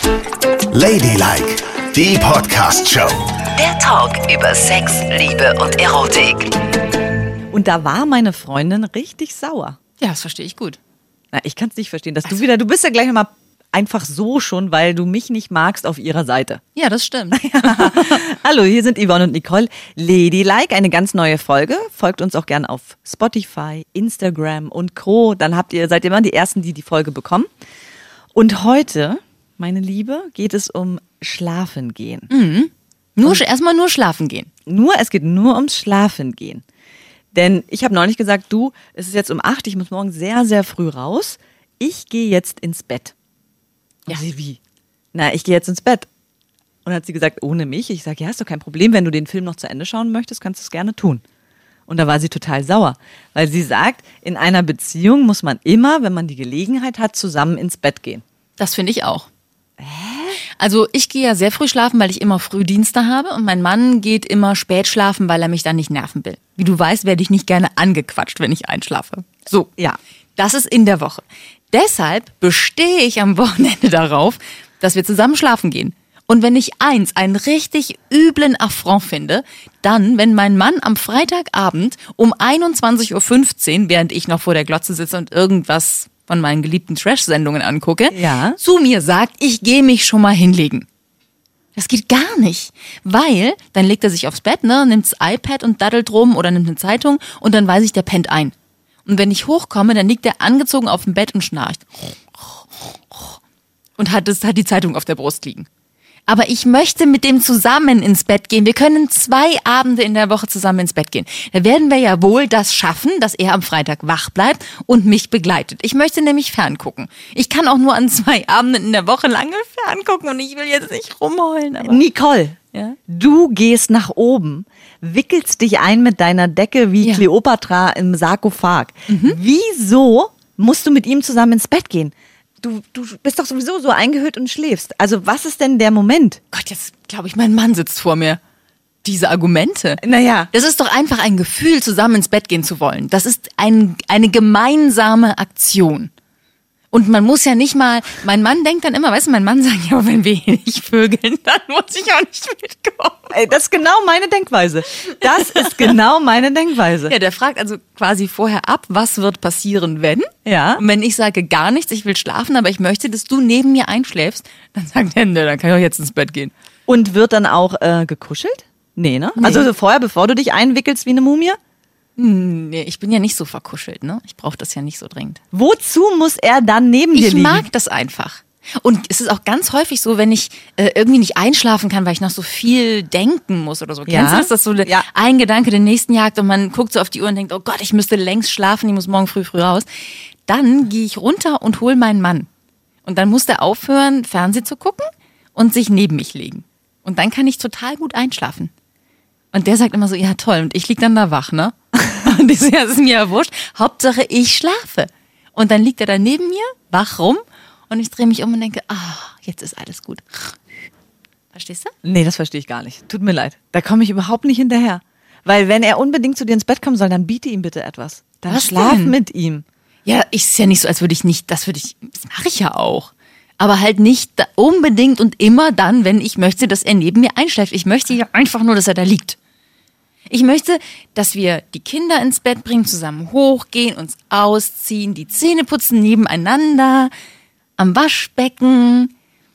Ladylike, die Podcast-Show. Der Talk über Sex, Liebe und Erotik. Und da war meine Freundin richtig sauer. Ja, das verstehe ich gut. Na, ich kann es nicht verstehen, dass du bist ja gleich nochmal einfach so schon, weil du mich nicht magst, auf ihrer Seite. Ja, das stimmt. Hallo, hier sind Yvonne und Nicole. Ladylike, eine ganz neue Folge. Folgt uns auch gern auf Spotify, Instagram und Co. Dann seid ihr immer die Ersten, die die Folge bekommen. Und heute, meine Liebe, geht es um Schlafen gehen. Erstmal nur schlafen gehen. Es geht nur ums Schlafen gehen. Denn ich habe neulich gesagt, es ist jetzt um 8, ich muss morgen sehr, sehr früh raus. Ich gehe jetzt ins Bett. Und sie, wie? Na, ich gehe jetzt ins Bett. Und dann hat sie gesagt, ohne mich. Ich sage, ja, ist doch kein Problem, wenn du den Film noch zu Ende schauen möchtest, kannst du es gerne tun. Und da war sie total sauer, weil sie sagt, in einer Beziehung muss man immer, wenn man die Gelegenheit hat, zusammen ins Bett gehen. Das finde ich auch. Also ich gehe ja sehr früh schlafen, weil ich immer Frühdienste habe und mein Mann geht immer spät schlafen, weil er mich dann nicht nerven will. Wie du weißt, werde ich nicht gerne angequatscht, wenn ich einschlafe. So, ja. Das ist in der Woche. Deshalb bestehe ich am Wochenende darauf, dass wir zusammen schlafen gehen. Und wenn ich einen richtig üblen Affront finde, dann, wenn mein Mann am Freitagabend um 21.15 Uhr, während ich noch vor der Glotze sitze und irgendwas von meinen geliebten Trash-Sendungen angucke, zu mir sagt, ich gehe mich schon mal hinlegen. Das geht gar nicht, weil dann legt er sich aufs Bett, nimmt das iPad und daddelt rum oder nimmt eine Zeitung und dann weiß ich, der pennt ein. Und wenn ich hochkomme, dann liegt er angezogen auf dem Bett und schnarcht. Und hat die Zeitung auf der Brust liegen. Aber ich möchte mit dem zusammen ins Bett gehen. Wir können 2 Abende in der Woche zusammen ins Bett gehen. Da werden wir ja wohl das schaffen, dass er am Freitag wach bleibt und mich begleitet. Ich möchte nämlich ferngucken. Ich kann auch nur an 2 Abenden in der Woche lange ferngucken und ich will jetzt nicht rumheulen. Aber Nicole, ja? Du gehst nach oben, wickelst dich ein mit deiner Decke wie Kleopatra im Sarkophag. Wieso musst du mit ihm zusammen ins Bett gehen? Du bist doch sowieso so eingehüllt und schläfst. Also was ist denn der Moment? Gott, jetzt glaube ich, mein Mann sitzt vor mir. Diese Argumente. Naja. Das ist doch einfach ein Gefühl, zusammen ins Bett gehen zu wollen. Das ist eine gemeinsame Aktion. Und man muss ja nicht mal, mein Mann denkt dann immer, weißt du, mein Mann sagt, ja, wenn wir hier nicht vögeln, dann muss ich auch nicht mitkommen. Ey, das ist genau meine Denkweise. Ja, der fragt also quasi vorher ab, was wird passieren, wenn? Ja. Und wenn ich sage gar nichts, ich will schlafen, aber ich möchte, dass du neben mir einschläfst, dann sagt er, ne, dann kann ich auch jetzt ins Bett gehen. Und wird dann auch gekuschelt? Nee, ne? Nee. Also vorher, bevor du dich einwickelst wie eine Mumie? Nee, ich bin ja nicht so verkuschelt, ne? Ich brauche das ja nicht so dringend. Wozu muss er dann neben dir liegen? Ich mag das einfach. Und es ist auch ganz häufig so, wenn ich irgendwie nicht einschlafen kann, weil ich noch so viel denken muss oder so. Ja. Kennst du das, dass so ein Gedanke den nächsten jagt und man guckt so auf die Uhr und denkt, oh Gott, ich müsste längst schlafen, ich muss morgen früh raus. Dann gehe ich runter und hole meinen Mann. Und dann muss der aufhören, Fernsehen zu gucken und sich neben mich legen. Und dann kann ich total gut einschlafen. Und der sagt immer so, ja toll, und ich lieg dann da wach, ne? Und ich so, ja, das ist mir ja wurscht. Hauptsache, ich schlafe. Und dann liegt er da neben mir, wach rum, und ich drehe mich um und denke, jetzt ist alles gut. Verstehst du? Nee, das verstehe ich gar nicht. Tut mir leid. Da komme ich überhaupt nicht hinterher. Weil wenn er unbedingt zu dir ins Bett kommen soll, dann biete ihm bitte etwas. Dann Was schlaf denn? mit ihm. Ja, ist ja nicht so, als würde ich nicht, das mache ich ja auch. Aber halt nicht unbedingt und immer dann, wenn ich möchte, dass er neben mir einschläft. Ich möchte ja einfach nur, dass er da liegt. Ich möchte, dass wir die Kinder ins Bett bringen, zusammen hochgehen, uns ausziehen, die Zähne putzen nebeneinander, am Waschbecken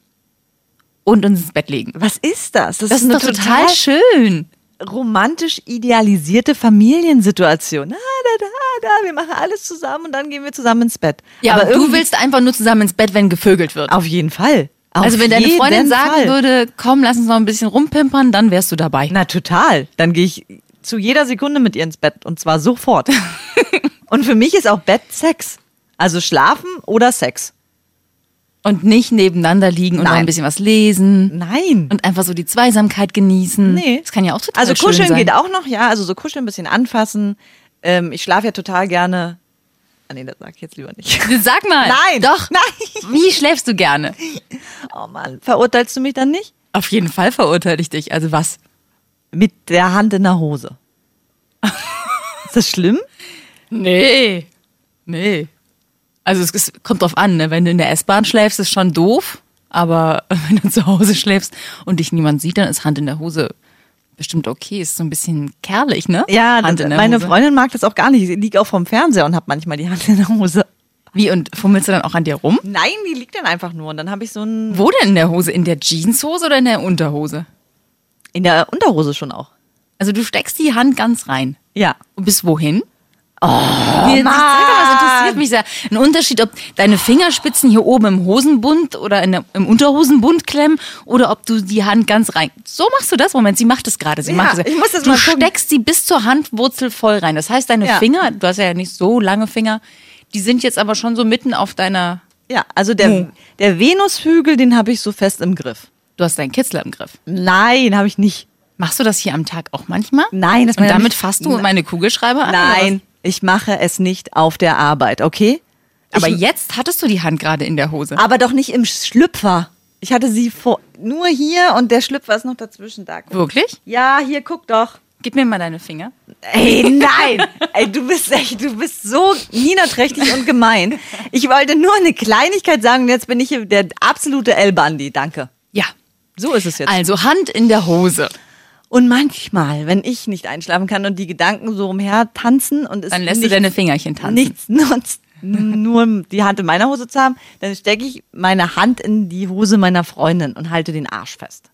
und uns ins Bett legen. Was ist das? Das ist doch total schön. Romantisch idealisierte Familiensituation. Wir machen alles zusammen und dann gehen wir zusammen ins Bett. Ja, aber du willst einfach nur zusammen ins Bett, wenn gevögelt wird. Auf jeden Fall. Also wenn deine Freundin sagen würde, komm, lass uns noch ein bisschen rumpimpern, dann wärst du dabei. Na total. Dann gehe ich zu jeder Sekunde mit ihr ins Bett und zwar sofort. Und für mich ist auch Bett Sex. Also schlafen oder Sex. Und nicht nebeneinander liegen und noch ein bisschen was lesen. Nein. Und einfach so die Zweisamkeit genießen. Nee. Das kann ja auch total schön sein. Also kuscheln geht auch noch, ja. Also so kuscheln, ein bisschen anfassen. Ich schlafe ja total gerne. Nee, das sag ich jetzt lieber nicht. Sag mal. Nein. Doch. Nein. Wie schläfst du gerne? Oh Mann, verurteilst du mich dann nicht? Auf jeden Fall verurteile ich dich. Also was? Mit der Hand in der Hose. Ist das schlimm? Nee. Also es kommt drauf an, ne? Wenn du in der S-Bahn schläfst, ist schon doof. Aber wenn du zu Hause schläfst und dich niemand sieht, dann ist Hand in der Hose bestimmt okay. Ist so ein bisschen kerlich, ne? Ja, Hand in der meine Hose. Freundin mag das auch gar nicht. Sie liegt auch vorm Fernseher und hat manchmal die Hand in der Hose. Wie, und fummelst du dann auch an dir rum? Nein, die liegt dann einfach nur. Und dann habe ich so ein... Wo denn in der Hose? In der Jeanshose oder in der Unterhose? In der Unterhose schon auch. Also du steckst die Hand ganz rein. Ja. Und bis wohin? Oh, Das interessiert mich sehr. Ein Unterschied, ob deine Fingerspitzen hier oben im Hosenbund oder im Unterhosenbund klemmen oder ob du die Hand ganz rein. So machst du das? Moment, sie macht es gerade. Sie Ja, macht es. ich muss das Du mal gucken. steckst sie bis zur Handwurzel voll rein. Das heißt, deine Ja. Finger, du hast ja nicht so lange Finger, die sind jetzt aber schon so mitten auf deiner. Ja, also der Venushügel, den habe ich so fest im Griff. Du hast deinen Kitzler im Griff. Nein, habe ich nicht. Machst du das hier am Tag auch manchmal? Nein, das Und meine ich damit nicht. fasst du meine Kugelschreiber an? oder Nein, ich mache es nicht auf der Arbeit, okay? was? Aber Ich- jetzt hattest du die Hand gerade in der Hose. Aber doch nicht im Schlüpfer. Ich hatte sie nur hier und der Schlüpfer ist noch dazwischen da. Wirklich? Ja, hier, guck doch. Gib mir mal deine Finger. Ey, nein! Ey, du bist so niederträchtig und gemein. Ich wollte nur eine Kleinigkeit sagen und jetzt bin ich hier der absolute El Bandi. Danke. Ja. So ist es jetzt. Also Hand in der Hose. Und manchmal, wenn ich nicht einschlafen kann und die Gedanken so umher tanzen und es Dann lässt du nichts- deine Fingerchen tanzen. nichts nutzt, nur die Hand in meiner Hose zu haben, dann stecke ich meine Hand in die Hose meiner Freundin und halte den Arsch fest.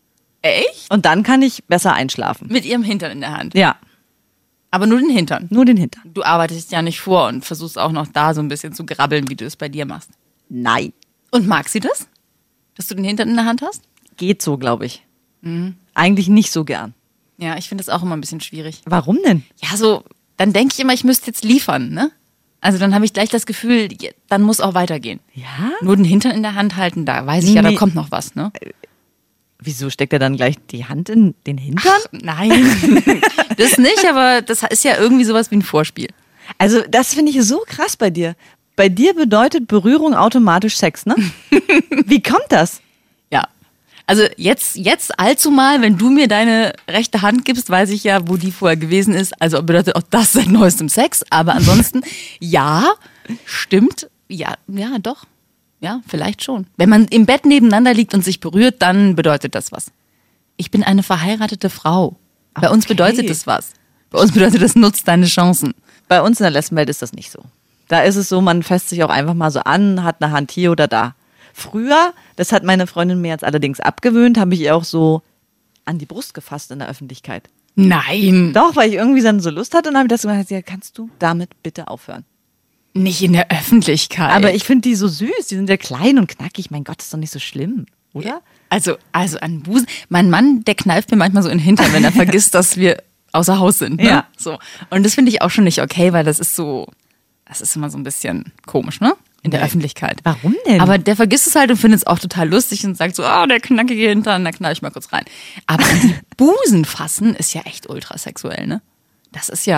Echt? Und dann kann ich besser einschlafen. Mit ihrem Hintern in der Hand. Ja, Aber nur den Hintern. nur den Hintern. Du arbeitest ja nicht vor und versuchst auch noch da so ein bisschen zu grabbeln, wie du es bei dir machst. Nein. Und mag sie das? Dass du den Hintern in der Hand hast? Geht so, glaube ich. Eigentlich nicht so gern. Ja, ich finde das auch immer ein bisschen schwierig. Warum denn? Ja, so, dann denke ich immer, ich müsste jetzt liefern, ne? Also dann habe ich gleich das Gefühl, dann muss auch weitergehen. Ja? Nur den Hintern in der Hand halten, da weiß ich ja, da Nee. kommt noch was, ne? Wieso steckt er dann gleich die Hand in den Hintern? Nein, das nicht, aber das ist ja irgendwie sowas wie ein Vorspiel. Also, das finde ich so krass bei dir. Bei dir bedeutet Berührung automatisch Sex, ne? Wie kommt das? Ja. Also jetzt allzu mal, wenn du mir deine rechte Hand gibst, weiß ich ja, wo die vorher gewesen ist. Also bedeutet auch das seit neuestem Sex. Aber ansonsten, ja, stimmt. Ja, doch. Ja, vielleicht schon. Wenn man im Bett nebeneinander liegt und sich berührt, dann bedeutet das was. Ich bin eine verheiratete Frau. Bei uns Okay. bedeutet das was. Bei uns bedeutet das, nutzt deine Chancen. Bei uns in der Lesbenwelt ist das nicht so. Da ist es so, man fässt sich auch einfach mal so an, hat eine Hand hier oder da. Früher, das hat meine Freundin mir jetzt allerdings abgewöhnt, habe ich ihr auch so an die Brust gefasst in der Öffentlichkeit. Nein, Doch, weil ich irgendwie dann so Lust hatte und dann habe ich das gesagt, ja, kannst du damit bitte aufhören? nicht in der Öffentlichkeit. Aber ich finde die so süß, die sind ja klein und knackig. Mein Gott, ist doch nicht so schlimm, oder? Also an Busen. Mein Mann, der kneift mir manchmal so in den Hintern, wenn er vergisst, dass wir außer Haus sind. Ne? Ja. So. Und das finde ich auch schon nicht okay, weil das ist immer so ein bisschen komisch, ne? In der Öffentlichkeit. Warum denn? Aber der vergisst es halt und findet es auch total lustig und sagt so, der knackige Hintern, da knall ich mal kurz rein. Aber an die Busen fassen ist ja echt ultrasexuell, ne? Das geht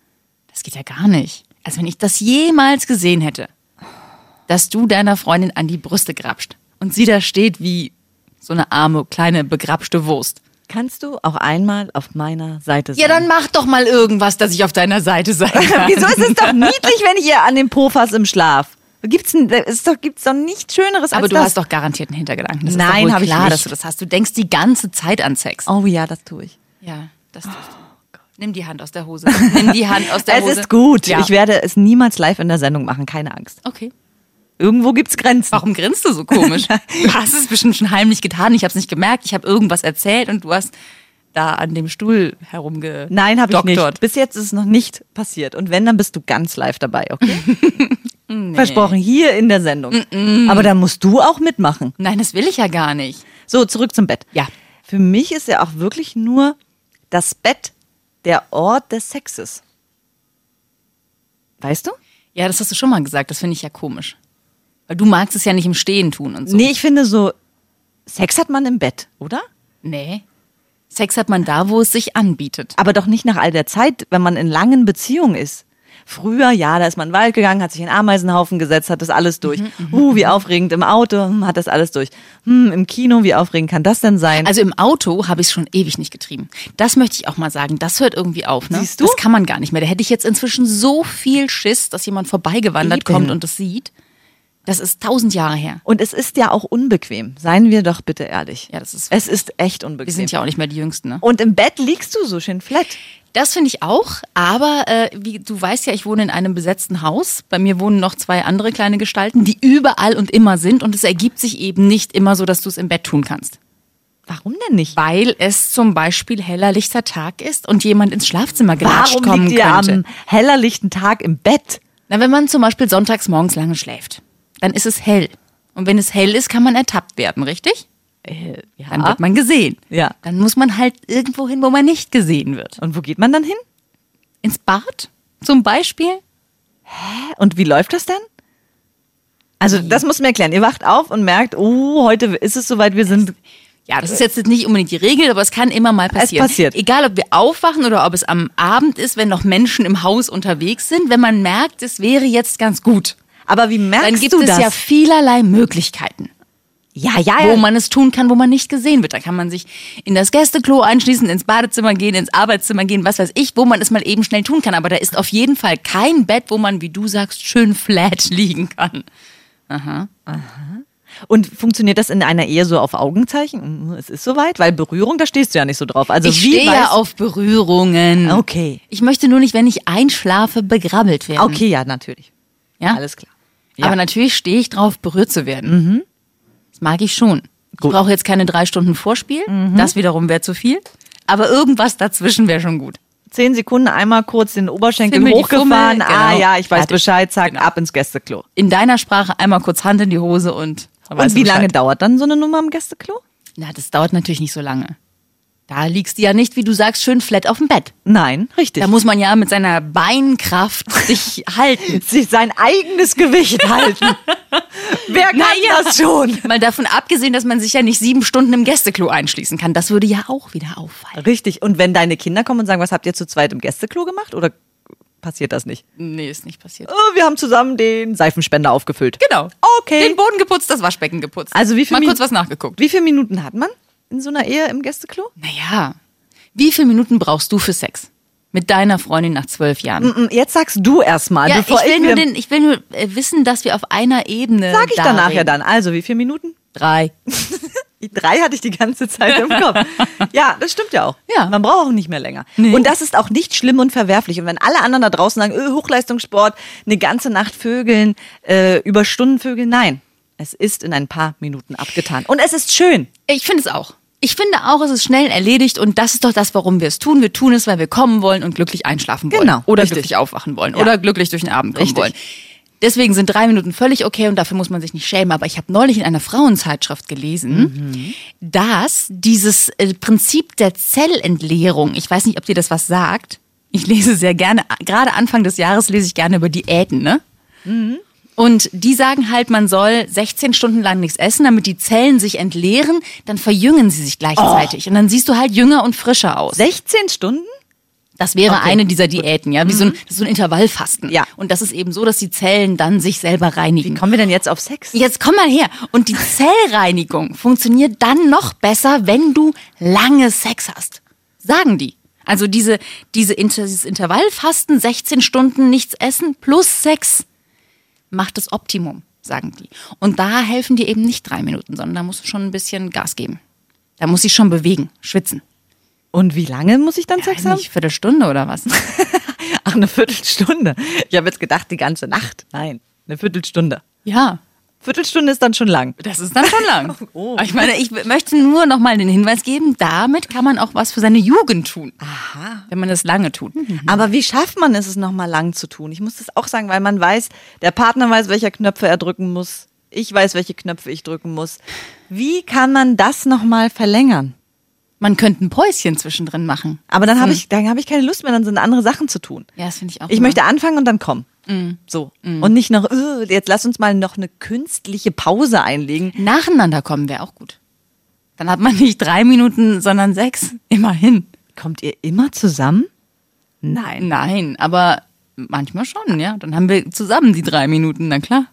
ja gar nicht. Also wenn ich das jemals gesehen hätte, dass du deiner Freundin an die Brüste grapscht und sie da steht wie so eine arme, kleine, begrapschte Wurst. Kannst du auch einmal auf meiner Seite sein? Ja, dann mach doch mal irgendwas, dass ich auf deiner Seite sein kann. Wieso ist es doch niedlich, wenn ich ihr an den Po fasse im Schlaf? Gibt's doch nichts Schöneres Aber als du das. hast doch garantiert einen Hintergedanken. Das Nein, ist doch wohl hab ich klar, nicht. dass du das hast. Du denkst die ganze Zeit an Sex. Oh ja, das tue ich. Ja, das tust du. Nimm die Hand aus der Hose. Nimm die Hand aus der Es Hose. ist gut. Ja. Ich werde es niemals live in der Sendung machen, keine Angst. Okay. Irgendwo gibt's Grenzen. Warum grinst du so komisch? Du hast es bestimmt schon heimlich getan. Ich habe es nicht gemerkt. Ich habe irgendwas erzählt und du hast da an dem Stuhl herumgedoktert. Nein, habe ich nicht. Bis jetzt ist es noch nicht passiert. Und wenn, dann bist du ganz live dabei, okay? Versprochen, hier in der Sendung. Aber da musst du auch mitmachen. Nein, das will ich ja gar nicht. So, zurück zum Bett. Ja. Für mich ist ja auch wirklich nur das Bett der Ort des Sexes. Weißt du? Ja, das hast du schon mal gesagt. Das finde ich ja komisch. Weil du magst es ja nicht im Stehen tun und so. Nee, ich finde so, Sex hat man im Bett, oder? Nee. Sex hat man da, wo es sich anbietet. Aber doch nicht nach all der Zeit, wenn man in langen Beziehungen ist. Früher, ja, da ist man in den Wald gegangen, hat sich in einen Ameisenhaufen gesetzt, hat das alles durch. Wie aufregend im Auto, hat das alles durch. Im Kino, wie aufregend kann das denn sein? Also im Auto habe ich es schon ewig nicht getrieben. Das möchte ich auch mal sagen. Das hört irgendwie auf, ne? Siehst du? Das kann man gar nicht mehr. Da hätte ich jetzt inzwischen so viel Schiss, dass jemand vorbeigewandert Eben. kommt und das sieht. Das ist 1000 Jahre her. Und es ist ja auch unbequem. Seien wir doch bitte ehrlich. Ja, das ist. Es ist echt unbequem. Wir sind ja auch nicht mehr die Jüngsten, ne? Und im Bett liegst du so schön flat. Das finde ich auch, aber wie du weißt ja, ich wohne in einem besetzten Haus. Bei mir wohnen noch 2 andere kleine Gestalten, die überall und immer sind. Und es ergibt sich eben nicht immer so, dass du es im Bett tun kannst. Warum denn nicht? Weil es zum Beispiel heller, lichter Tag ist und jemand ins Schlafzimmer gelatscht Warum kommen liegt ihr könnte. am hellerlichten Tag im Bett? Na, wenn man zum Beispiel sonntags morgens lange schläft, dann ist es hell. Und wenn es hell ist, kann man ertappt werden, richtig? Ja. Dann wird man gesehen. Ja. Dann muss man halt irgendwo hin, wo man nicht gesehen wird. Und wo geht man dann hin? Ins Bad zum Beispiel. Und wie läuft das dann? Also das muss mir erklären. Ihr wacht auf und merkt, oh, heute ist es soweit, wir sind... Ja, das ist jetzt nicht unbedingt die Regel, aber es kann immer mal passieren. Es passiert. Egal, ob wir aufwachen oder ob es am Abend ist, wenn noch Menschen im Haus unterwegs sind, wenn man merkt, es wäre jetzt ganz gut. Aber wie merkst Dann gibt du es das? ja vielerlei Möglichkeiten, ja. wo man es tun kann, wo man nicht gesehen wird. Da kann man sich in das Gästeklo einschließen, ins Badezimmer gehen, ins Arbeitszimmer gehen, was weiß ich, wo man es mal eben schnell tun kann. Aber da ist auf jeden Fall kein Bett, wo man, wie du sagst, schön flat liegen kann. Und funktioniert das in einer Ehe so auf Augenzeichen? Es ist soweit, weil Berührung, da stehst du ja nicht so drauf. Also Ich wie stehe ja auf Berührungen. Okay. Ich möchte nur nicht, wenn ich einschlafe, begrabbelt werden. Okay, ja, natürlich. Ja? Alles klar. Ja. Aber natürlich stehe ich drauf, berührt zu werden. Das mag ich schon. Ich Gut. brauche jetzt keine 3 Stunden Vorspiel. Das wiederum wäre zu viel. Aber irgendwas dazwischen wäre schon gut. 10 Sekunden einmal kurz den Oberschenkel Fimmel die hochgefahren. Fummel, Ah genau. ja, ich weiß Fertig. Bescheid, zack, Genau. ab ins Gästeklo. In deiner Sprache einmal kurz Hand in die Hose und dann weißt Und du wie lange Bescheid. dauert dann so eine Nummer am Gästeklo? Na, das dauert natürlich nicht so lange. Da liegst du ja nicht, wie du sagst, schön flat auf dem Bett. Nein, richtig. Da muss man ja mit seiner Beinkraft sich halten. sich sein eigenes Gewicht halten. Wer kann das schon? Mal davon abgesehen, dass man sich ja nicht 7 Stunden im Gästeklo einschließen kann. Das würde ja auch wieder auffallen. Richtig. Und wenn deine Kinder kommen und sagen, was habt ihr zu zweit im Gästeklo gemacht? Oder passiert das nicht? Nee, ist nicht passiert. Oh, wir haben zusammen den Seifenspender aufgefüllt. Genau. Okay. Den Boden geputzt, das Waschbecken geputzt. Also wie viel Mal Min- kurz was nachgeguckt. Wie viele Minuten hat man in so einer Ehe im Gästeklo? Naja, wie viele Minuten brauchst du für Sex? Mit deiner Freundin nach 12 Jahren? Jetzt sagst du erstmal, Ja, bevor ich will nur wissen, dass wir auf einer Ebene. Sag ich da danach ja reden. dann. Also, wie viele Minuten? 3. 3 hatte ich die ganze Zeit im Kopf. Ja, das stimmt ja auch. Ja. Man braucht auch nicht mehr länger. Nee. Und das ist auch nicht schlimm und verwerflich. Und wenn alle anderen da draußen sagen, Hochleistungssport, eine ganze Nacht vögeln, über Stunden vögeln, nein. Es ist in ein paar Minuten abgetan. Und es ist schön. Ich finde es auch. Ich finde auch, es ist schnell erledigt und das ist doch das, warum wir es tun. Wir tun es, weil wir kommen wollen und glücklich einschlafen wollen. Genau, Oder richtig. glücklich aufwachen wollen. Ja. Oder glücklich durch den Abend kommen Richtig. wollen. Deswegen sind 3 Minuten völlig okay und dafür muss man sich nicht schämen. Aber ich habe neulich in einer Frauenzeitschrift gelesen, dass dieses Prinzip der Zellentleerung, ich weiß nicht, ob dir das was sagt. Ich lese sehr gerne, gerade Anfang des Jahres lese ich gerne über Diäten, ne? Und die sagen halt, man soll 16 Stunden lang nichts essen, damit die Zellen sich entleeren, dann verjüngen sie sich gleichzeitig. Und dann siehst du halt jünger und frischer aus. 16 Stunden? Das wäre Okay, eine dieser Diäten, ja, wie das ist so ein Intervallfasten. Ja. Und das ist eben so, dass die Zellen dann sich selber reinigen. Kommen wir denn jetzt auf Sex? Jetzt komm mal her. Und die Zellreinigung funktioniert dann noch besser, wenn du lange Sex hast. Sagen die. Also dieses Intervallfasten, 16 Stunden nichts essen plus Sex, macht das Optimum, sagen die. Und da helfen dir eben nicht 3 Minuten, sondern da musst du schon ein bisschen Gas geben. Da muss ich schon bewegen, schwitzen. Und wie lange muss ich dann Sex haben? Nicht Viertelstunde oder was? Ach, eine Viertelstunde. Ich habe jetzt gedacht, die ganze Nacht. Nein, eine Viertelstunde. Ja. Viertelstunde ist dann schon lang. Das ist dann schon lang. Oh. Ich meine, ich möchte nur noch mal den Hinweis geben, damit kann man auch was für seine Jugend tun. Aha. Wenn man das lange tut. Aber wie schafft man es nochmal lang zu tun? Ich muss das auch sagen, weil man weiß, der Partner weiß, welche Knöpfe er drücken muss. Ich weiß, welche Knöpfe ich drücken muss. Wie kann man das nochmal verlängern? Man könnte ein Päuschen zwischendrin machen. Aber dann habe ich keine Lust mehr, dann sind andere Sachen zu tun. Ja, das finde ich auch. Ich immer. möchte anfangen und dann kommen. So. Und nicht noch, jetzt lass uns mal noch eine künstliche Pause einlegen. Nacheinander kommen wäre auch gut. Dann hat man nicht 3 Minuten, sondern 6. Immerhin. Kommt ihr immer zusammen? Nein, aber manchmal schon, ja. Dann haben wir zusammen die 3 Minuten, na klar.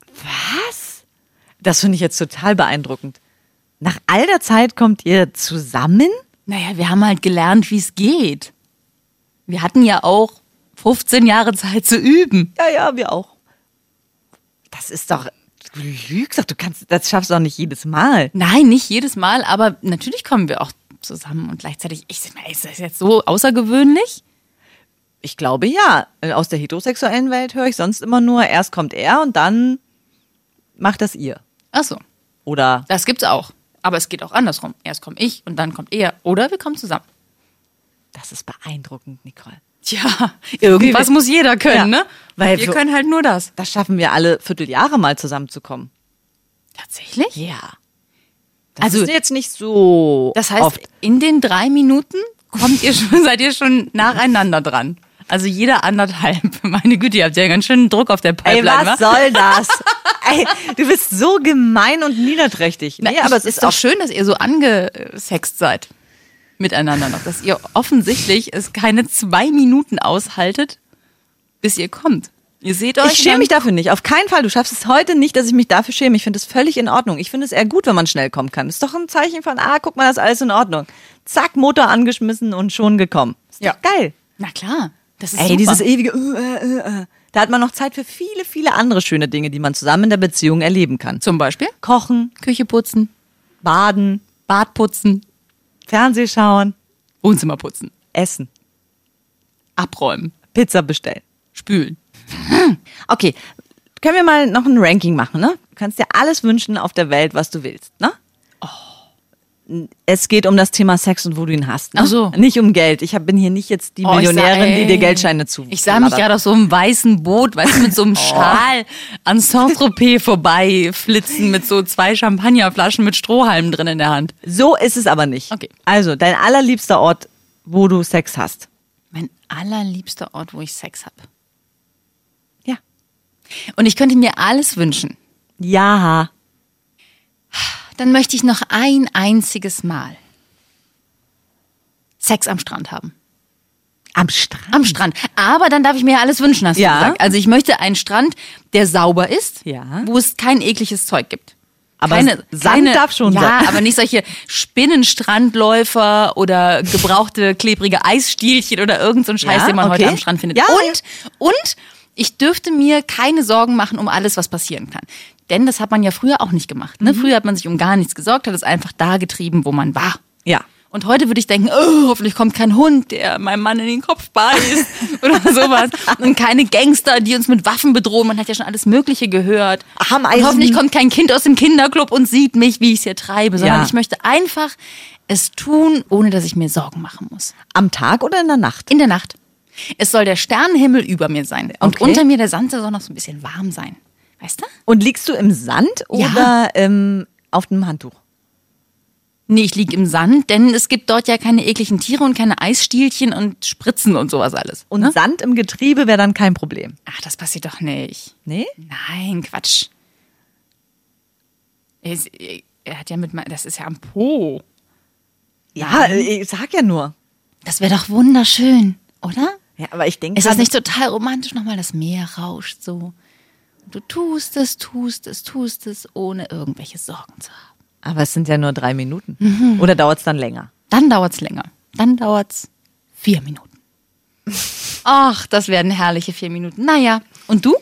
Was? Das finde ich jetzt total beeindruckend. Nach all der Zeit kommt ihr zusammen? Naja, wir haben halt gelernt, wie es geht. Wir hatten ja auch 15 Jahre Zeit zu üben. Ja, wir auch. Das ist doch Du lügst doch, das schaffst du doch nicht jedes Mal. Nein, nicht jedes Mal, aber natürlich kommen wir auch zusammen und gleichzeitig, ist das jetzt so außergewöhnlich? Ich glaube ja. Aus der heterosexuellen Welt höre ich sonst immer nur, erst kommt er und dann macht das ihr. Ach so, Oder das gibt's auch. Aber es geht auch andersrum. Erst komme ich und dann kommt er. Oder wir kommen zusammen. das ist beeindruckend, Nicole. Tja, irgendwas muss jeder können, Ja, ne? weil wir so- können halt nur das. Das schaffen wir alle Vierteljahre mal zusammenzukommen. Tatsächlich? Ja. Das Also- ist jetzt nicht so Das heißt, oft. in den 3 Minuten seid ihr schon nacheinander dran. Also jeder 1,5. Meine Güte, ihr habt ja ganz schön Druck auf der Ey, Pipeline, was wa? soll das? Ey, du bist so gemein und niederträchtig. Na, Nee, aber es ist doch schön, dass ihr so angesext seid miteinander noch. Dass ihr offensichtlich es keine 2 Minuten aushaltet, bis ihr kommt. Ihr seht euch. Ich schäme mich dafür nicht. Auf keinen Fall. Du schaffst es heute nicht, dass ich mich dafür schäme. Ich finde es völlig in Ordnung. Ich finde es eher gut, wenn man schnell kommen kann. Ist doch ein Zeichen von, guck mal, das ist alles in Ordnung. Zack, Motor angeschmissen und schon gekommen. Ist Ja. doch geil. Na klar. Das ist Ey, super. dieses ewige. Da hat man noch Zeit für viele, viele andere schöne Dinge, die man zusammen in der Beziehung erleben kann. Zum Beispiel Kochen, Küche putzen, baden, Bad putzen, Fernseh schauen, Wohnzimmer putzen, essen, abräumen, Pizza bestellen. spülen. Okay, können wir mal noch ein Ranking machen, ne? Du kannst dir alles wünschen auf der Welt, was du willst, ne? Es geht um das Thema Sex und wo du ihn hast. Ne? Ach so. Nicht um Geld. Ich bin hier nicht jetzt die Oh, Millionärin, die dir Geldscheine zu. Ich sah mich gerade auf so einem weißen Boot, weißt du, mit so einem Schal an Saint-Tropez vorbeiflitzen, mit so 2 Champagnerflaschen mit Strohhalmen drin in der Hand. So ist es aber nicht. Okay. Also, dein allerliebster Ort, wo du Sex hast. Mein allerliebster Ort, wo ich Sex habe. Ja. Und ich könnte mir alles wünschen. Ja. Dann möchte ich noch ein einziges Mal Sex am Strand haben. Am Strand. Am Strand. Aber dann darf ich mir alles wünschen, hast du Ja. gesagt. Also ich möchte einen Strand, der sauber ist, Ja. wo es kein ekliges Zeug gibt. Aber Sand darf schon ja, sein. aber nicht solche Spinnenstrandläufer oder gebrauchte klebrige Eisstielchen oder irgend so ein Scheiß, Ja, den man heute okay. am Strand findet. Ja, Und ich dürfte mir keine Sorgen machen um alles, was passieren kann. Denn das hat man ja früher auch nicht gemacht. Ne? Früher hat man sich um gar nichts gesorgt, hat es einfach da getrieben, wo man war. Ja. Und heute würde ich denken, hoffentlich kommt kein Hund, der meinem Mann in den Kopf beißt oder sowas. Und keine Gangster, die uns mit Waffen bedrohen. Man hat ja schon alles Mögliche gehört. Und Ameisen. hoffentlich kommt kein Kind aus dem Kinderclub und sieht mich, wie ich es hier treibe. Sondern Ja. ich möchte einfach es tun, ohne dass ich mir Sorgen machen muss. Am Tag oder in der Nacht? In der Nacht. Es soll der Sternenhimmel über mir sein. Und Okay. unter mir der Sand soll noch so ein bisschen warm sein. Weißt du? Und liegst du im Sand oder auf einem Handtuch? Nee, ich liege im Sand, denn es gibt dort ja keine ekligen Tiere und keine Eisstielchen und Spritzen und sowas alles. Und Ne? Sand im Getriebe wäre dann kein Problem. Ach, das passiert doch nicht. Nee? Nein, Quatsch. Er hat ja das ist ja am Po. Ja, ich sag ja nur. Das wäre doch wunderschön, oder? Ja, aber ich denke, Ist das nicht total romantisch? Nochmal, das Meer rauscht so. Du tust es, ohne irgendwelche Sorgen zu haben. aber es sind ja nur 3 Minuten. Oder dauert es dann länger? Dann dauert's länger. Dann dauert's 4 Minuten. Ach, das werden herrliche 4 Minuten. Naja, und du?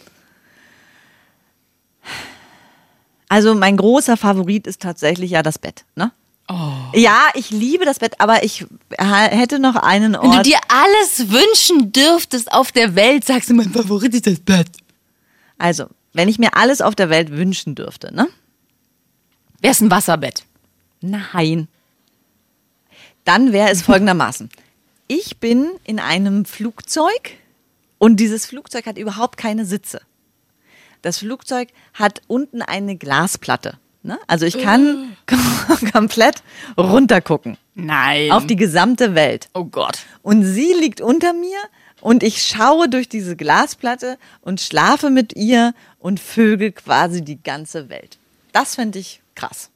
Also mein großer Favorit ist tatsächlich ja das Bett, ne? Oh. Ja, ich liebe das Bett, aber ich hätte noch einen Ort. Wenn du dir alles wünschen dürftest auf der Welt, sagst du, mein Favorit ist das Bett. Also, wenn ich mir alles auf der Welt wünschen dürfte, ne? Wär's ein Wasserbett? Nein. Dann wäre es folgendermaßen. Ich bin in einem Flugzeug und dieses Flugzeug hat überhaupt keine Sitze. Das Flugzeug hat unten eine Glasplatte. Ne? Also ich kann komplett runtergucken Nein. auf die gesamte Welt. Oh Gott. Und sie liegt unter mir und ich schaue durch diese Glasplatte und schlafe mit ihr und vögel quasi die ganze Welt. Das fände ich krass.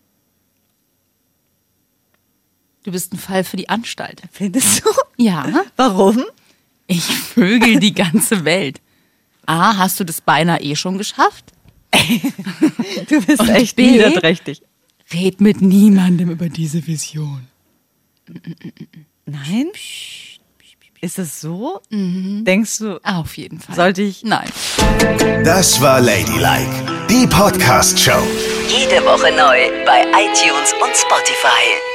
Du bist ein Fall für die Anstalt. Findest du? Ja. Warum? Ich vögel die ganze Welt. A, hast du das beinahe schon geschafft? Du bist Und echt B? niederträchtig. Red mit niemandem über diese Vision. Nein? Ist es so? Denkst du, Auf jeden Fall. sollte ich? Nein. Das war Ladylike, die Podcast-Show. Jede Woche neu bei iTunes und Spotify.